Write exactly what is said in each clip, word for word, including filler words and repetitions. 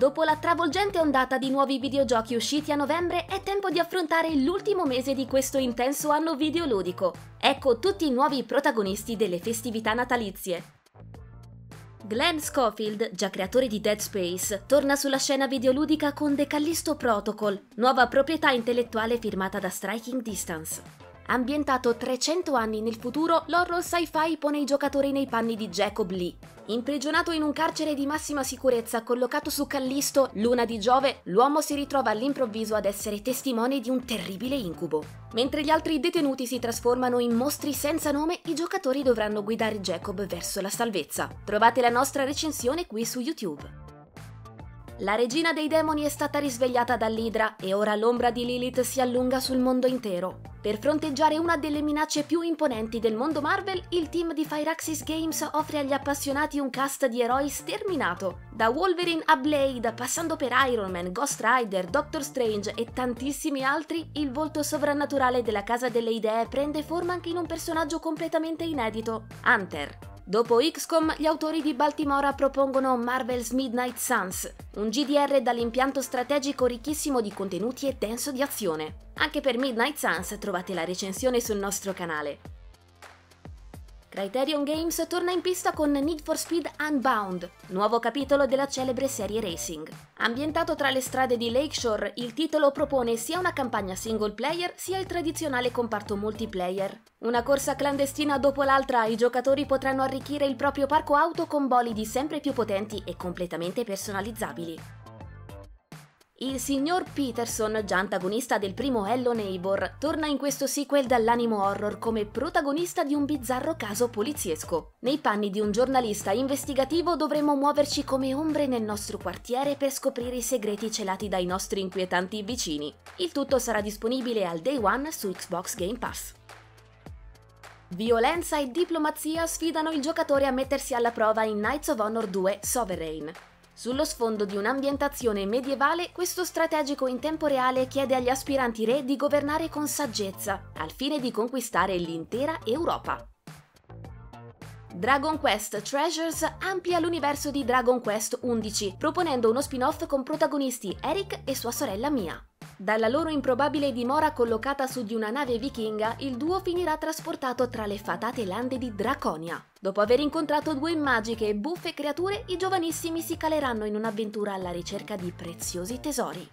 Dopo la travolgente ondata di nuovi videogiochi usciti a novembre, è tempo di affrontare l'ultimo mese di questo intenso anno videoludico. Ecco tutti i nuovi protagonisti delle festività natalizie. Glenn Schofield, già creatore di Dead Space, torna sulla scena videoludica con The Callisto Protocol, nuova proprietà intellettuale firmata da Striking Distance. Ambientato trecento anni nel futuro, l'horror sci-fi pone i giocatori nei panni di Jacob Lee. Imprigionato in un carcere di massima sicurezza collocato su Callisto, luna di Giove, l'uomo si ritrova all'improvviso ad essere testimone di un terribile incubo. Mentre gli altri detenuti si trasformano in mostri senza nome, i giocatori dovranno guidare Jacob verso la salvezza. Trovate la nostra recensione qui su YouTube. La regina dei demoni è stata risvegliata dall'Idra e ora l'ombra di Lilith si allunga sul mondo intero. Per fronteggiare una delle minacce più imponenti del mondo Marvel, il team di Firaxis Games offre agli appassionati un cast di eroi sterminato. Da Wolverine a Blade, passando per Iron Man, Ghost Rider, Doctor Strange e tantissimi altri, il volto sovrannaturale della Casa delle Idee prende forma anche in un personaggio completamente inedito, Hunter. Dopo X COM, gli autori di Baltimora propongono Marvel's Midnight Suns, un G D R dall'impianto strategico ricchissimo di contenuti e denso di azione. Anche per Midnight Suns trovate la recensione sul nostro canale. Criterion Games torna in pista con Need for Speed Unbound, nuovo capitolo della celebre serie racing. Ambientato tra le strade di Lakeshore, il titolo propone sia una campagna single player sia il tradizionale comparto multiplayer. Una corsa clandestina dopo l'altra, i giocatori potranno arricchire il proprio parco auto con bolidi sempre più potenti e completamente personalizzabili. Il signor Peterson, già antagonista del primo Hello Neighbor, torna in questo sequel dall'animo horror come protagonista di un bizzarro caso poliziesco. Nei panni di un giornalista investigativo dovremo muoverci come ombre nel nostro quartiere per scoprire i segreti celati dai nostri inquietanti vicini. Il tutto sarà disponibile al Day One su Xbox Game Pass. Violenza e diplomazia sfidano il giocatore a mettersi alla prova in Knights of Honor due Sovereign. Sullo sfondo di un'ambientazione medievale, questo strategico in tempo reale chiede agli aspiranti re di governare con saggezza, al fine di conquistare l'intera Europa. Dragon Quest Treasures amplia l'universo di Dragon Quest undici, proponendo uno spin-off con protagonisti Eric e sua sorella Mia. Dalla loro improbabile dimora collocata su di una nave vichinga, il duo finirà trasportato tra le fatate lande di Draconia. Dopo aver incontrato due magiche e buffe creature, i giovanissimi si caleranno in un'avventura alla ricerca di preziosi tesori.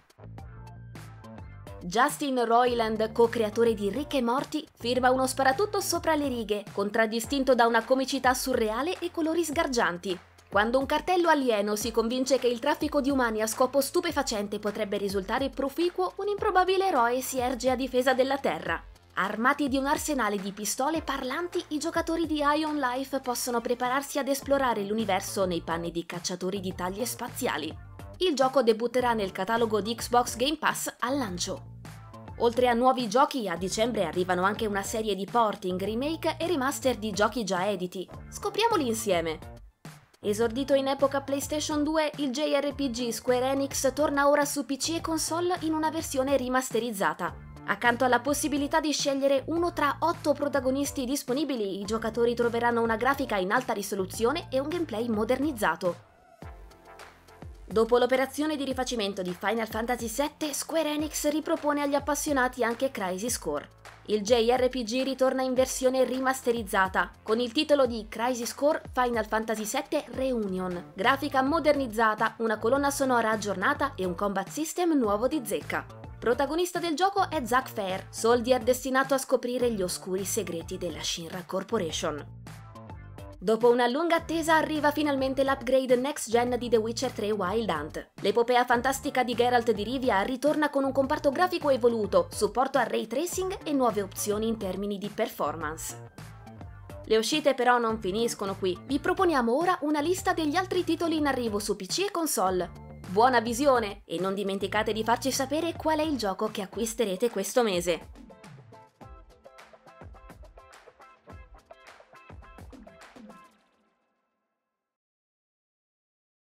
Justin Roiland, co-creatore di Rick e Morty, firma uno sparatutto sopra le righe, contraddistinto da una comicità surreale e colori sgargianti. Quando un cartello alieno si convince che il traffico di umani a scopo stupefacente potrebbe risultare proficuo, un improbabile eroe si erge a difesa della Terra. Armati di un arsenale di pistole parlanti, i giocatori di Ion Life possono prepararsi ad esplorare l'universo nei panni di cacciatori di taglie spaziali. Il gioco debutterà nel catalogo di Xbox Game Pass al lancio. Oltre a nuovi giochi, a dicembre arrivano anche una serie di porting, remake e remaster di giochi già editi. Scopriamoli insieme! Esordito in epoca PlayStation due, il J R P G Square Enix torna ora su P C e console in una versione rimasterizzata. Accanto alla possibilità di scegliere uno tra otto protagonisti disponibili, i giocatori troveranno una grafica in alta risoluzione e un gameplay modernizzato. Dopo l'operazione di rifacimento di Final Fantasy sette, Square Enix ripropone agli appassionati anche Crisis Core. Il J R P G ritorna in versione rimasterizzata, con il titolo di Crisis Core Final Fantasy sette Reunion. Grafica modernizzata, una colonna sonora aggiornata e un combat system nuovo di zecca. Protagonista del gioco è Zack Fair, soldier destinato a scoprire gli oscuri segreti della Shinra Corporation. Dopo una lunga attesa arriva finalmente l'upgrade next gen di The Witcher tre Wild Hunt. L'epopea fantastica di Geralt di Rivia ritorna con un comparto grafico evoluto, supporto al ray tracing e nuove opzioni in termini di performance. Le uscite però non finiscono qui, vi proponiamo ora una lista degli altri titoli in arrivo su P C e console. Buona visione e non dimenticate di farci sapere qual è il gioco che acquisterete questo mese.